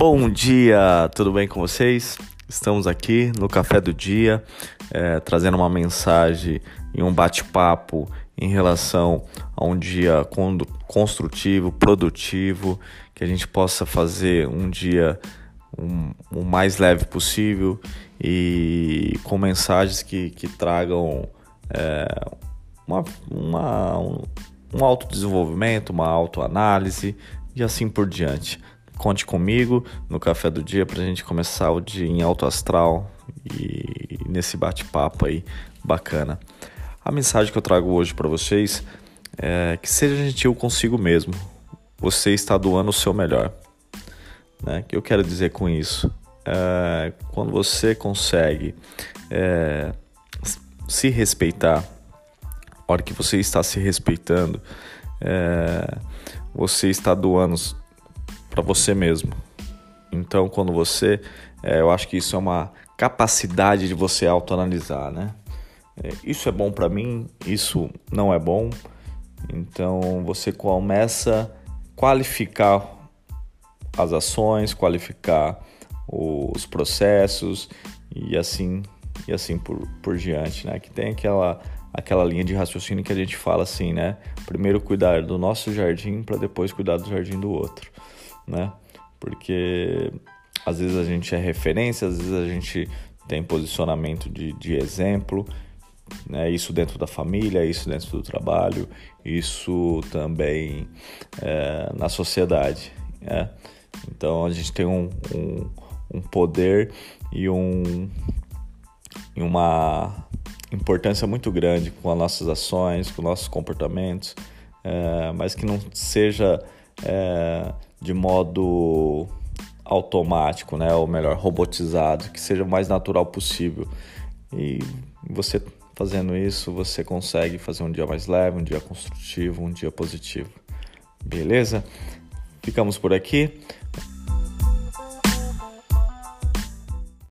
Bom dia, tudo bem com vocês? Estamos aqui no Café do Dia, trazendo uma mensagem e um bate-papo em relação a um dia construtivo, produtivo, que a gente possa fazer um dia o mais leve possível e com mensagens que tragam um autodesenvolvimento, uma autoanálise e assim por diante. Conte comigo no Café do Dia para a gente começar o dia em alto astral e nesse bate-papo aí bacana. A mensagem que eu trago hoje para vocês é que seja gentil consigo mesmo. Você está doando o seu melhor. Né? O que eu quero dizer com isso? Quando você consegue se respeitar, a hora que você está se respeitando, você está doando para você mesmo. Então, quando eu acho que isso é uma capacidade de você autoanalisar, né? Isso é bom para mim, isso não é bom. Então, você começa a qualificar as ações, qualificar os processos e assim por diante, né? Que tem aquela linha de raciocínio que a gente fala assim, né? Primeiro cuidar do nosso jardim para depois cuidar do jardim do outro. Né? Porque às vezes a gente é referência, às vezes a gente tem posicionamento de exemplo, né? Isso dentro da família, isso dentro do trabalho, isso também na sociedade, né? Então a gente tem um poder e uma importância muito grande com as nossas ações, com nossos comportamentos, mas que não seja de modo automático, né? Ou melhor, robotizado, que seja o mais natural possível. E você fazendo isso, você consegue fazer um dia mais leve, um dia construtivo, um dia positivo. Beleza? Ficamos por aqui.